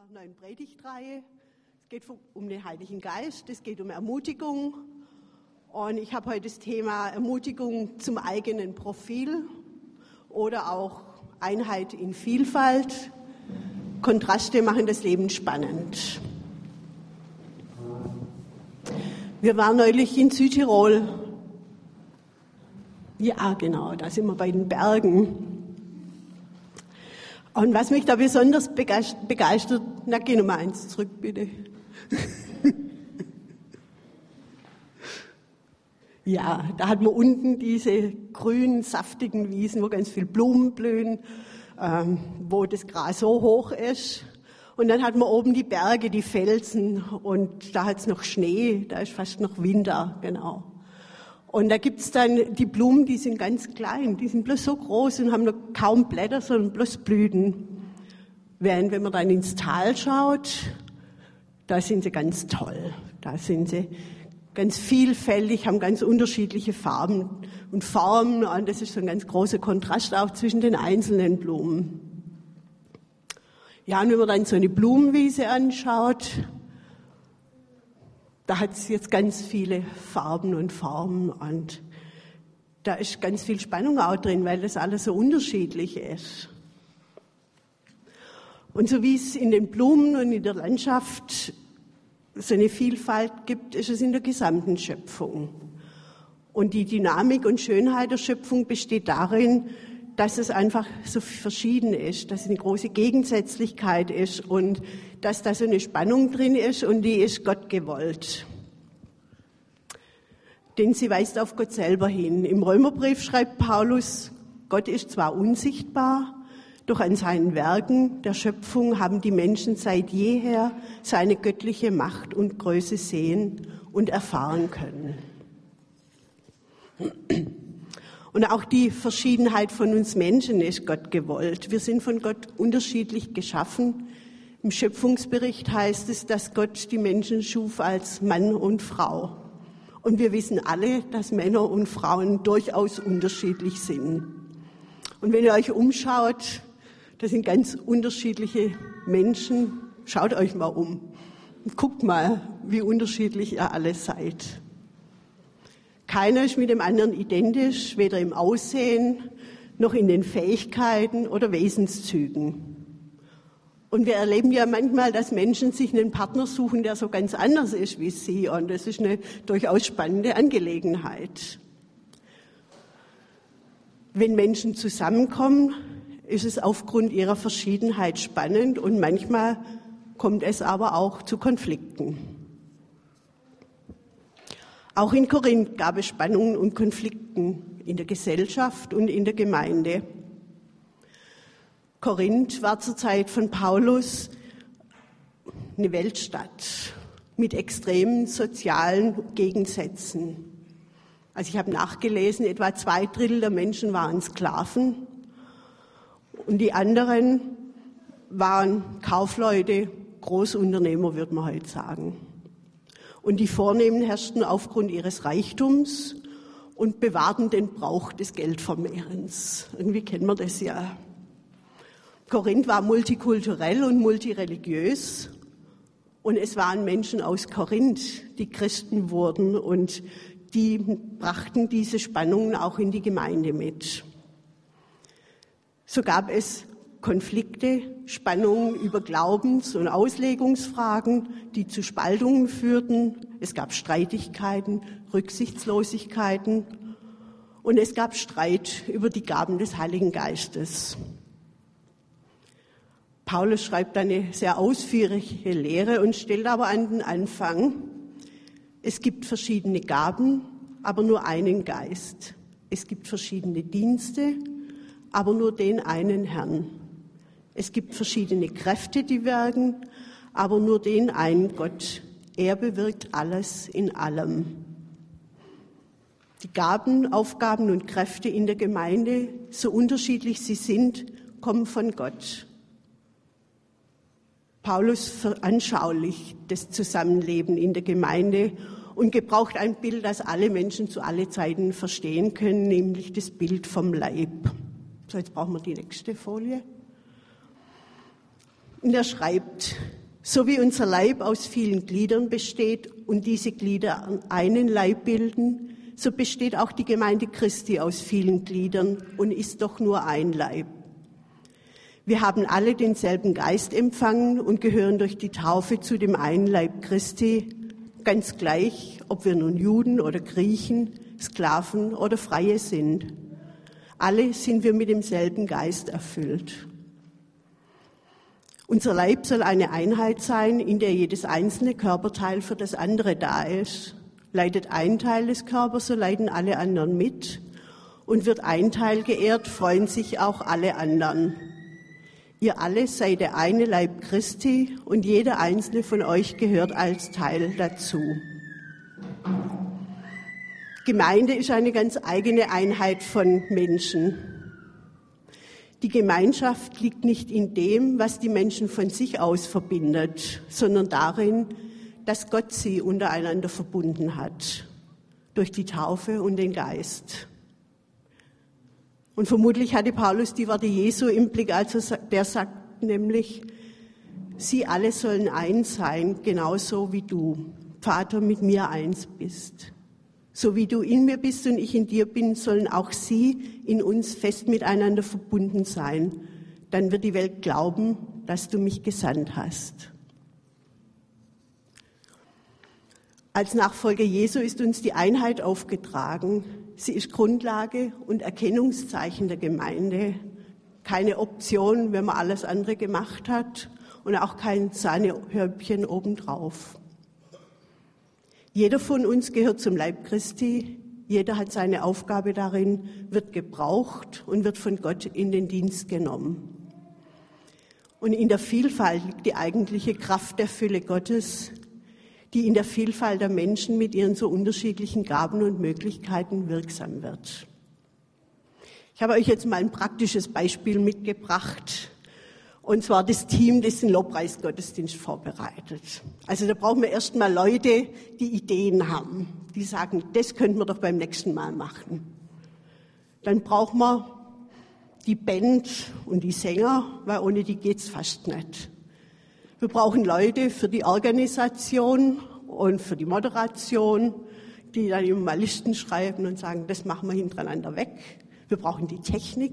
neuen Predigtreihe. Es geht um den Heiligen Geist, es geht um Ermutigung. Und ich habe heute das Thema Ermutigung zum eigenen Profil oder auch Einheit in Vielfalt. Kontraste machen das Leben spannend. Wir waren neulich in Südtirol. Ja, genau, da sind wir bei den Bergen. Und was mich da besonders begeistert, na, geh Nummer 1 zurück, bitte. Ja, da hat man unten diese grünen, saftigen Wiesen, wo ganz viel Blumen blühen, wo das Gras so hoch ist. Und dann hat man oben die Berge, die Felsen, und da hat es noch Schnee, da ist fast noch Winter, genau. Und da gibt's dann die Blumen, die sind ganz klein, die sind bloß so groß und haben noch kaum Blätter, sondern bloß Blüten. Während wenn man dann ins Tal schaut, da sind sie ganz toll. Da sind sie ganz vielfältig, haben ganz unterschiedliche Farben und Formen. Und das ist so ein ganz großer Kontrast auch zwischen den einzelnen Blumen. Ja, und wenn man dann so eine Blumenwiese anschaut, da hat es jetzt ganz viele Farben und Formen und da ist ganz viel Spannung auch drin, weil das alles so unterschiedlich ist. Und so wie es in den Blumen und in der Landschaft so eine Vielfalt gibt, ist es in der gesamten Schöpfung. Und die Dynamik und Schönheit der Schöpfung besteht darin, dass es einfach so verschieden ist, dass es eine große Gegensätzlichkeit ist und dass da so eine Spannung drin ist und die ist Gott gewollt. Denn sie weist auf Gott selber hin. Im Römerbrief schreibt Paulus, Gott ist zwar unsichtbar, doch an seinen Werken der Schöpfung haben die Menschen seit jeher seine göttliche Macht und Größe sehen und erfahren können. Und auch die Verschiedenheit von uns Menschen ist Gott gewollt. Wir sind von Gott unterschiedlich geschaffen. Im Schöpfungsbericht heißt es, dass Gott die Menschen schuf als Mann und Frau. Und wir wissen alle, dass Männer und Frauen durchaus unterschiedlich sind. Und wenn ihr euch umschaut, das sind ganz unterschiedliche Menschen. Schaut euch mal um und guckt mal, wie unterschiedlich ihr alle seid. Keiner ist mit dem anderen identisch, weder im Aussehen noch in den Fähigkeiten oder Wesenszügen. Und wir erleben ja manchmal, dass Menschen sich einen Partner suchen, der so ganz anders ist wie sie. Und das ist eine durchaus spannende Angelegenheit. Wenn Menschen zusammenkommen, ist es aufgrund ihrer Verschiedenheit spannend und manchmal kommt es aber auch zu Konflikten. Auch in Korinth gab es Spannungen und Konflikten in der Gesellschaft und in der Gemeinde. Korinth war zur Zeit von Paulus eine Weltstadt mit extremen sozialen Gegensätzen. Also ich habe nachgelesen, etwa 2/3 der Menschen waren Sklaven und die anderen waren Kaufleute, Großunternehmer, würde man heute sagen. Und die Vornehmen herrschten aufgrund ihres Reichtums und bewahrten den Brauch des Geldvermehrens. Irgendwie kennen wir das ja. Korinth war multikulturell und multireligiös. Und es waren Menschen aus Korinth, die Christen wurden und die brachten diese Spannungen auch in die Gemeinde mit. So gab es Konflikte, Spannungen über Glaubens- und Auslegungsfragen, die zu Spaltungen führten. Es gab Streitigkeiten, Rücksichtslosigkeiten und es gab Streit über die Gaben des Heiligen Geistes. Paulus schreibt eine sehr ausführliche Lehre und stellt aber an den Anfang, es gibt verschiedene Gaben, aber nur einen Geist. Es gibt verschiedene Dienste, aber nur den einen Herrn. Es gibt verschiedene Kräfte, die wirken, aber nur den einen Gott. Er bewirkt alles in allem. Die Gaben, Aufgaben und Kräfte in der Gemeinde, so unterschiedlich sie sind, kommen von Gott. Paulus veranschaulicht das Zusammenleben in der Gemeinde und gebraucht ein Bild, das alle Menschen zu allen Zeiten verstehen können, nämlich das Bild vom Leib. So, jetzt brauchen wir die nächste Folie. Und er schreibt, so wie unser Leib aus vielen Gliedern besteht und diese Glieder einen Leib bilden, so besteht auch die Gemeinde Christi aus vielen Gliedern und ist doch nur ein Leib. Wir haben alle denselben Geist empfangen und gehören durch die Taufe zu dem einen Leib Christi, ganz gleich, ob wir nun Juden oder Griechen, Sklaven oder Freie sind. Alle sind wir mit demselben Geist erfüllt. Unser Leib soll eine Einheit sein, in der jedes einzelne Körperteil für das andere da ist. Leidet ein Teil des Körpers, so leiden alle anderen mit. Und wird ein Teil geehrt, freuen sich auch alle anderen. Ihr alle seid der eine Leib Christi und jeder einzelne von euch gehört als Teil dazu. Gemeinde ist eine ganz eigene Einheit von Menschen. Die Gemeinschaft liegt nicht in dem, was die Menschen von sich aus verbindet, sondern darin, dass Gott sie untereinander verbunden hat, durch die Taufe und den Geist. Und vermutlich hatte Paulus die Worte Jesu im Blick, also der sagt nämlich, sie alle sollen eins sein, genauso wie du, Vater, mit mir eins bist. So wie du in mir bist und ich in dir bin, sollen auch sie in uns fest miteinander verbunden sein. Dann wird die Welt glauben, dass du mich gesandt hast. Als Nachfolger Jesu ist uns die Einheit aufgetragen. Sie ist Grundlage und Erkennungszeichen der Gemeinde. Keine Option, wenn man alles andere gemacht hat und auch kein Sahnehäubchen obendrauf. Jeder von uns gehört zum Leib Christi, jeder hat seine Aufgabe darin, wird gebraucht und wird von Gott in den Dienst genommen. Und in der Vielfalt liegt die eigentliche Kraft der Fülle Gottes, die in der Vielfalt der Menschen mit ihren so unterschiedlichen Gaben und Möglichkeiten wirksam wird. Ich habe euch jetzt mal ein praktisches Beispiel mitgebracht. Und zwar das Team, das den Lobpreisgottesdienst vorbereitet. Also da brauchen wir erstmal Leute, die Ideen haben, die sagen, das könnten wir doch beim nächsten Mal machen. Dann brauchen wir die Band und die Sänger, weil ohne die geht's fast nicht. Wir brauchen Leute für die Organisation und für die Moderation, die dann immer mal Listen schreiben und sagen, das machen wir hintereinander weg. Wir brauchen die Technik.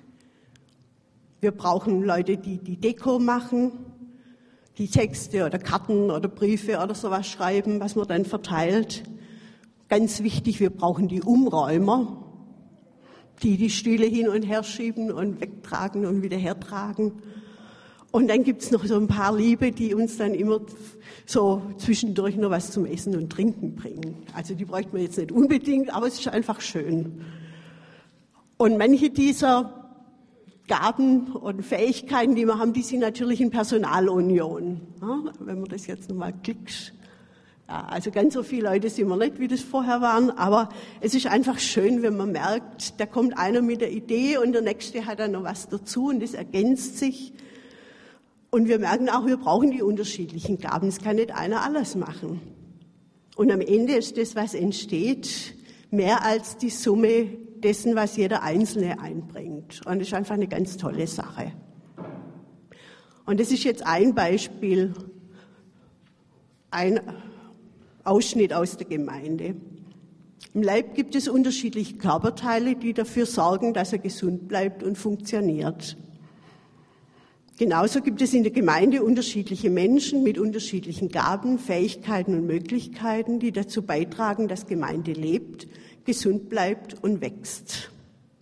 Wir brauchen Leute, die die Deko machen, die Texte oder Karten oder Briefe oder sowas schreiben, was man dann verteilt. Ganz wichtig, wir brauchen die Umräumer, die die Stühle hin und her schieben und wegtragen und wieder hertragen. Und dann gibt's noch so ein paar Liebe, die uns dann immer so zwischendurch noch was zum Essen und Trinken bringen. Also die bräuchten wir jetzt nicht unbedingt, aber es ist einfach schön. Und manche dieser Gaben und Fähigkeiten, die wir haben, die sind natürlich in Personalunion. Ja, wenn man das jetzt nochmal klickt. Ja, also ganz so viele Leute sind wir nicht, wie das vorher waren, aber es ist einfach schön, wenn man merkt, da kommt einer mit der Idee und der Nächste hat dann noch was dazu und das ergänzt sich. Und wir merken auch, wir brauchen die unterschiedlichen Gaben. Es kann nicht einer alles machen. Und am Ende ist das, was entsteht, mehr als die Summe dessen, was jeder Einzelne einbringt. Und das ist einfach eine ganz tolle Sache. Und das ist jetzt ein Beispiel, ein Ausschnitt aus der Gemeinde. Im Leib gibt es unterschiedliche Körperteile, die dafür sorgen, dass er gesund bleibt und funktioniert. Genauso gibt es in der Gemeinde unterschiedliche Menschen mit unterschiedlichen Gaben, Fähigkeiten und Möglichkeiten, die dazu beitragen, dass Gemeinde lebt, gesund bleibt und wächst.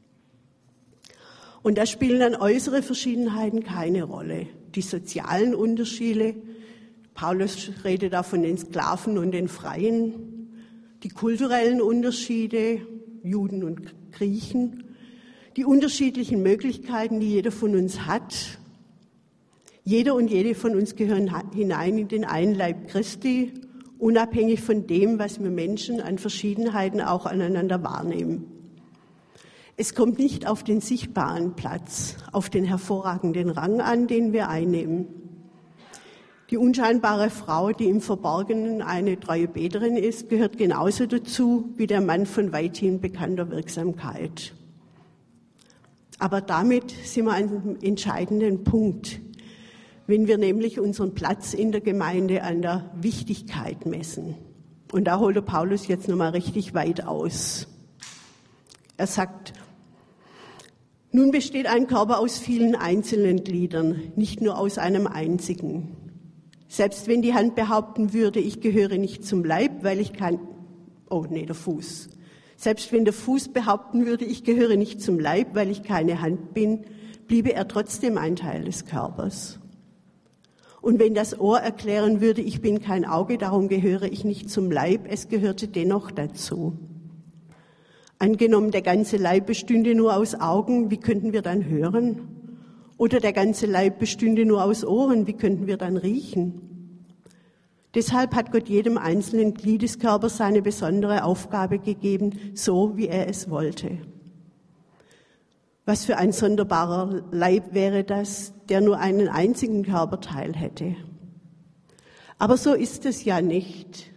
Und da spielen dann äußere Verschiedenheiten keine Rolle. Die sozialen Unterschiede, Paulus redet da von den Sklaven und den Freien, die kulturellen Unterschiede, Juden und Griechen, die unterschiedlichen Möglichkeiten, die jeder von uns hat. Jeder und jede von uns gehören hinein in den einen Leib Christi, unabhängig von dem, was wir Menschen an Verschiedenheiten auch aneinander wahrnehmen. Es kommt nicht auf den sichtbaren Platz, auf den hervorragenden Rang an, den wir einnehmen. Die unscheinbare Frau, die im Verborgenen eine treue Beterin ist, gehört genauso dazu wie der Mann von weithin bekannter Wirksamkeit. Aber damit sind wir an einem entscheidenden Punkt. wenn wir nämlich unseren Platz in der Gemeinde an der Wichtigkeit messen. Und da holt der Paulus jetzt nochmal richtig weit aus. Er sagt, nun besteht ein Körper aus vielen einzelnen Gliedern, nicht nur aus einem einzigen. Selbst wenn die Hand behaupten würde, ich gehöre nicht zum Leib, weil ich der Fuß. Selbst wenn der Fuß behaupten würde, ich gehöre nicht zum Leib, weil ich keine Hand bin, bliebe er trotzdem ein Teil des Körpers. Und wenn das Ohr erklären würde, ich bin kein Auge, darum gehöre ich nicht zum Leib, es gehörte dennoch dazu. Angenommen, der ganze Leib bestünde nur aus Augen, wie könnten wir dann hören? Oder der ganze Leib bestünde nur aus Ohren, wie könnten wir dann riechen? Deshalb hat Gott jedem einzelnen Glied des Körpers seine besondere Aufgabe gegeben, so wie er es wollte. Was für ein sonderbarer Leib wäre das, der nur einen einzigen Körperteil hätte. Aber so ist es ja nicht,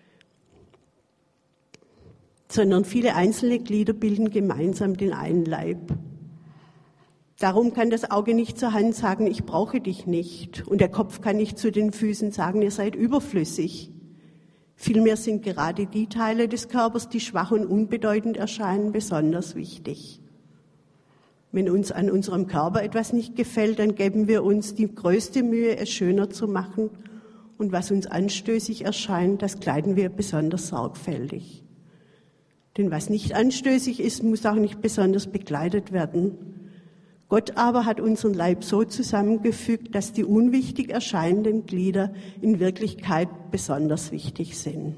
sondern viele einzelne Glieder bilden gemeinsam den einen Leib. Darum kann das Auge nicht zur Hand sagen, ich brauche dich nicht. Und der Kopf kann nicht zu den Füßen sagen, ihr seid überflüssig. Vielmehr sind gerade die Teile des Körpers, die schwach und unbedeutend erscheinen, besonders wichtig. Wenn uns an unserem Körper etwas nicht gefällt, dann geben wir uns die größte Mühe, es schöner zu machen. Und was uns anstößig erscheint, das kleiden wir besonders sorgfältig. Denn was nicht anstößig ist, muss auch nicht besonders bekleidet werden. Gott aber hat unseren Leib so zusammengefügt, dass die unwichtig erscheinenden Glieder in Wirklichkeit besonders wichtig sind.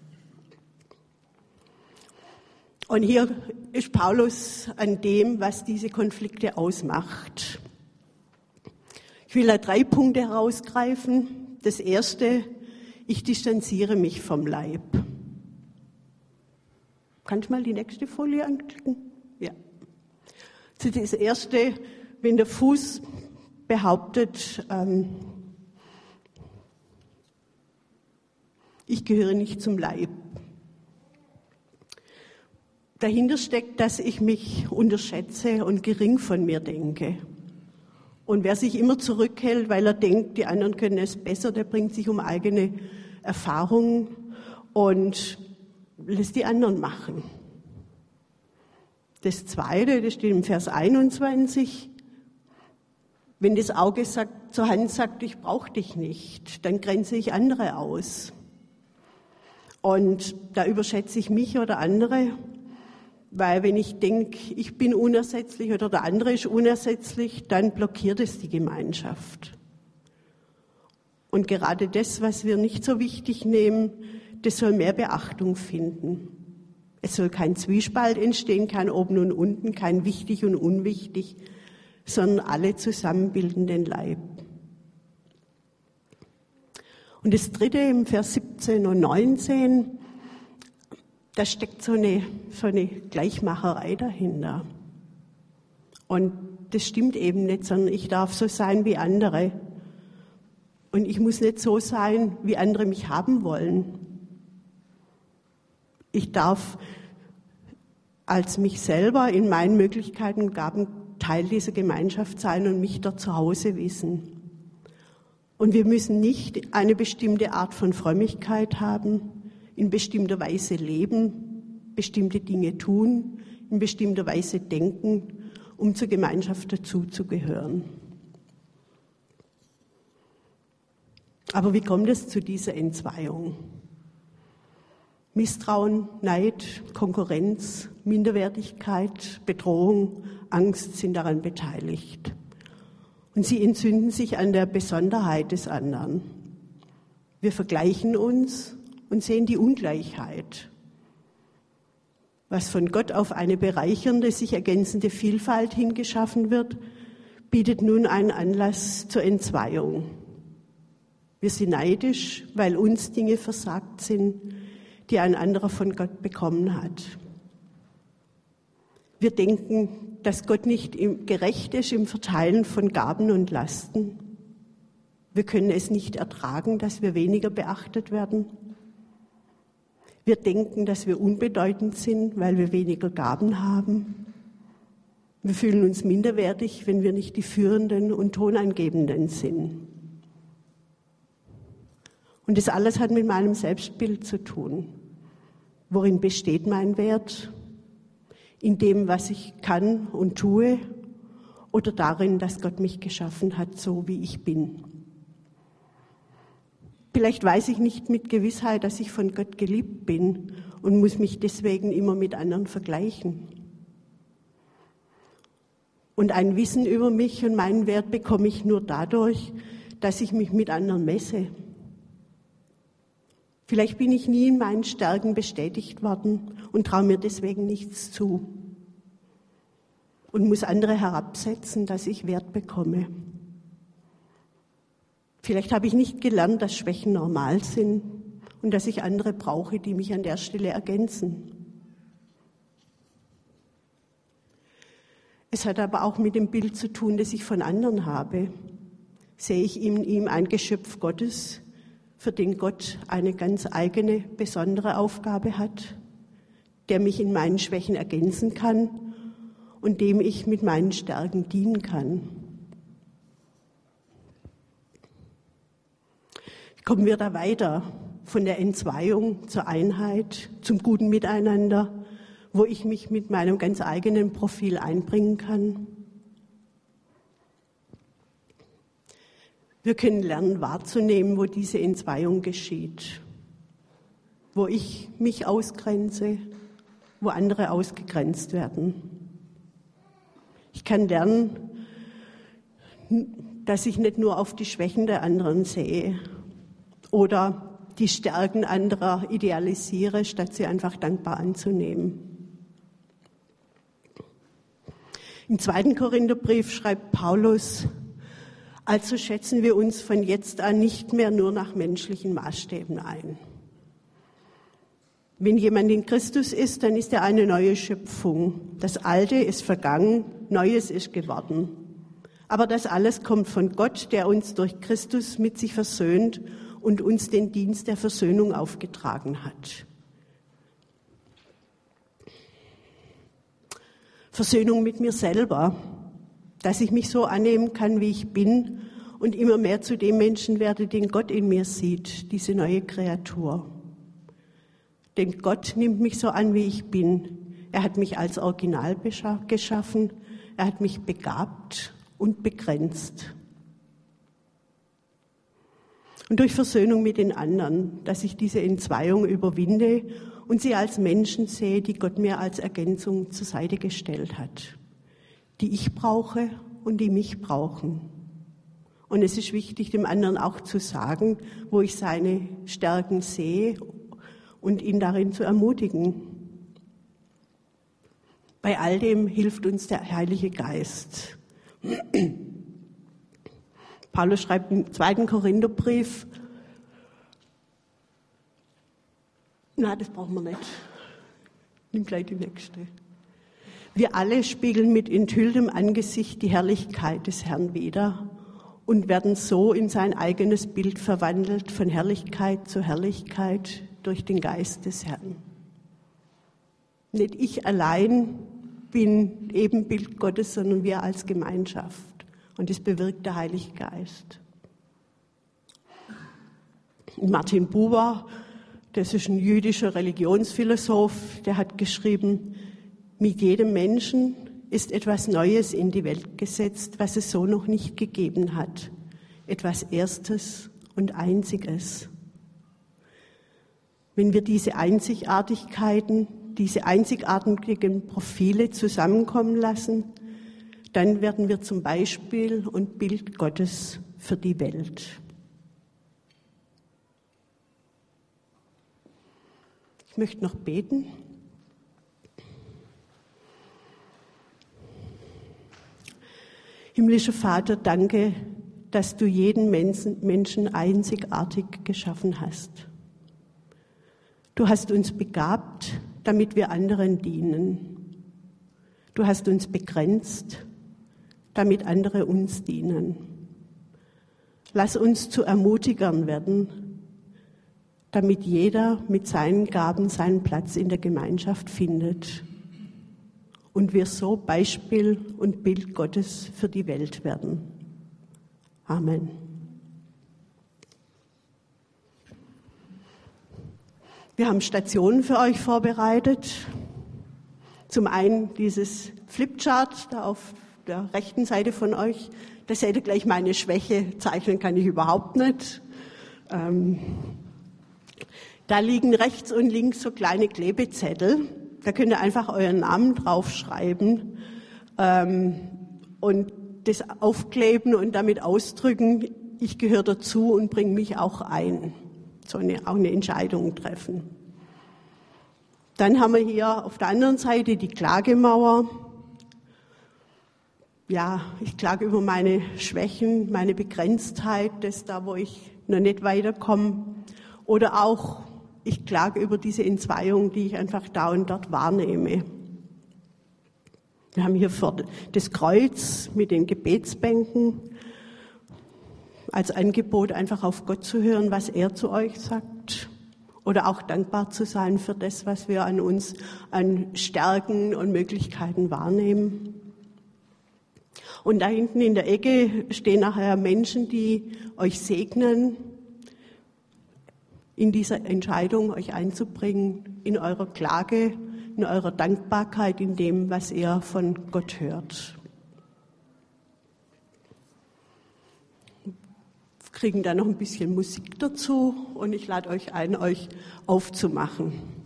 Und hier ist Paulus an dem, was diese Konflikte ausmacht. Ich will da 3 Punkte herausgreifen. Das erste, ich distanziere mich vom Leib. Kannst du mal die nächste Folie anklicken? Ja. Also das erste, wenn der Fuß behauptet, ich gehöre nicht zum Leib. Dahinter steckt, dass ich mich unterschätze und gering von mir denke. Und wer sich immer zurückhält, weil er denkt, die anderen können es besser, der bringt sich um eigene Erfahrungen und lässt die anderen machen. Das Zweite, das steht im Vers 21, wenn das Auge zur Hand sagt, ich brauche dich nicht, dann grenze ich andere aus. Und da überschätze ich mich oder andere, weil wenn ich denke, ich bin unersetzlich oder der andere ist unersetzlich, dann blockiert es die Gemeinschaft. Und gerade das, was wir nicht so wichtig nehmen, das soll mehr Beachtung finden. Es soll kein Zwiespalt entstehen, kein Oben und Unten, kein wichtig und unwichtig, sondern alle zusammen bilden den Leib. Und das Dritte im Vers 17 und 19, da steckt so eine Gleichmacherei dahinter. Und das stimmt eben nicht, sondern ich darf so sein wie andere. Und ich muss nicht so sein, wie andere mich haben wollen. Ich darf als mich selber in meinen Möglichkeiten und Gaben Teil dieser Gemeinschaft sein und mich dort zu Hause wissen. Und wir müssen nicht eine bestimmte Art von Frömmigkeit haben, in bestimmter Weise leben, bestimmte Dinge tun, in bestimmter Weise denken, um zur Gemeinschaft dazuzugehören. Aber wie kommt es zu dieser Entzweiung? Misstrauen, Neid, Konkurrenz, Minderwertigkeit, Bedrohung, Angst sind daran beteiligt. Und sie entzünden sich an der Besonderheit des anderen. Wir vergleichen uns und sehen die Ungleichheit. Was von Gott auf eine bereichernde, sich ergänzende Vielfalt hingeschaffen wird, bietet nun einen Anlass zur Entzweiung. Wir sind neidisch, weil uns Dinge versagt sind, die ein anderer von Gott bekommen hat. Wir denken, dass Gott nicht gerecht ist im Verteilen von Gaben und Lasten. Wir können es nicht ertragen, dass wir weniger beachtet werden. Wir denken, dass wir unbedeutend sind, weil wir weniger Gaben haben. Wir fühlen uns minderwertig, wenn wir nicht die Führenden und Tonangebenden sind. Und das alles hat mit meinem Selbstbild zu tun. Worin besteht mein Wert? In dem, was ich kann und tue, oder darin, dass Gott mich geschaffen hat, so wie ich bin? Vielleicht weiß ich nicht mit Gewissheit, dass ich von Gott geliebt bin und muss mich deswegen immer mit anderen vergleichen. Und ein Wissen über mich und meinen Wert bekomme ich nur dadurch, dass ich mich mit anderen messe. Vielleicht bin ich nie in meinen Stärken bestätigt worden und traue mir deswegen nichts zu und muss andere herabsetzen, dass ich Wert bekomme. Vielleicht habe ich nicht gelernt, dass Schwächen normal sind und dass ich andere brauche, die mich an der Stelle ergänzen. Es hat aber auch mit dem Bild zu tun, das ich von anderen habe. Sehe ich in ihm ein Geschöpf Gottes, für den Gott eine ganz eigene, besondere Aufgabe hat, der mich in meinen Schwächen ergänzen kann und dem ich mit meinen Stärken dienen kann. Kommen wir da weiter von der Entzweiung zur Einheit, zum guten Miteinander, wo ich mich mit meinem ganz eigenen Profil einbringen kann? Wir können lernen, wahrzunehmen, wo diese Entzweiung geschieht, wo ich mich ausgrenze, wo andere ausgegrenzt werden. Ich kann lernen, dass ich nicht nur auf die Schwächen der anderen sehe oder die Stärken anderer idealisiere, statt sie einfach dankbar anzunehmen. Im 2. Korintherbrief schreibt Paulus: Also schätzen wir uns von jetzt an nicht mehr nur nach menschlichen Maßstäben ein. Wenn jemand in Christus ist, dann ist er eine neue Schöpfung. Das Alte ist vergangen, Neues ist geworden. Aber das alles kommt von Gott, der uns durch Christus mit sich versöhnt und uns den Dienst der Versöhnung aufgetragen hat. Versöhnung mit mir selber, dass ich mich so annehmen kann, wie ich bin und immer mehr zu dem Menschen werde, den Gott in mir sieht, diese neue Kreatur. Denn Gott nimmt mich so an, wie ich bin. Er hat mich als Original geschaffen, er hat mich begabt und begrenzt. Und durch Versöhnung mit den anderen, dass ich diese Entzweiung überwinde und sie als Menschen sehe, die Gott mir als Ergänzung zur Seite gestellt hat, die ich brauche und die mich brauchen. Und es ist wichtig, dem anderen auch zu sagen, wo ich seine Stärken sehe und ihn darin zu ermutigen. Bei all dem hilft uns der Heilige Geist. Paulus schreibt im 2. Korintherbrief, das brauchen wir nicht. Nimm gleich die nächste. Wir alle spiegeln mit enthülltem Angesicht die Herrlichkeit des Herrn wider und werden so in sein eigenes Bild verwandelt, von Herrlichkeit zu Herrlichkeit durch den Geist des Herrn. Nicht ich allein bin Ebenbild Gottes, sondern wir als Gemeinschaft. Und das bewirkt der Heilige Geist. Martin Buber, das ist ein jüdischer Religionsphilosoph, der hat geschrieben, mit jedem Menschen ist etwas Neues in die Welt gesetzt, was es so noch nicht gegeben hat. Etwas Erstes und Einziges. Wenn wir diese Einzigartigkeiten, diese einzigartigen Profile zusammenkommen lassen, dann werden wir zum Beispiel und Bild Gottes für die Welt. Ich möchte noch beten. Himmlischer Vater, danke, dass du jeden Menschen einzigartig geschaffen hast. Du hast uns begabt, damit wir anderen dienen. Du hast uns begrenzt, damit andere uns dienen. Lass uns zu Ermutigern werden, damit jeder mit seinen Gaben seinen Platz in der Gemeinschaft findet und wir so Beispiel und Bild Gottes für die Welt werden. Amen. Wir haben Stationen für euch vorbereitet. Zum einen dieses Flipchart da auf der rechten Seite von euch. Da seht ihr gleich meine Schwäche. Zeichnen kann ich überhaupt nicht. Da liegen rechts und links so kleine Klebezettel. Da könnt ihr einfach euren Namen draufschreiben und das aufkleben und damit ausdrücken, ich gehöre dazu und bringe mich auch ein. Auch eine Entscheidung treffen. Dann haben wir hier auf der anderen Seite die Klagemauer. Ja, ich klage über meine Schwächen, meine Begrenztheit, das da, wo ich noch nicht weiterkomme. Oder auch, ich klage über diese Entzweiung, die ich einfach da und dort wahrnehme. Wir haben hier das Kreuz mit den Gebetsbänken als Angebot, einfach auf Gott zu hören, was er zu euch sagt. Oder auch dankbar zu sein für das, was wir an uns an Stärken und Möglichkeiten wahrnehmen. Und da hinten in der Ecke stehen nachher Menschen, die euch segnen, in dieser Entscheidung euch einzubringen, in eurer Klage, in eurer Dankbarkeit, in dem, was ihr von Gott hört. Wir kriegen da noch ein bisschen Musik dazu und ich lade euch ein, euch aufzumachen.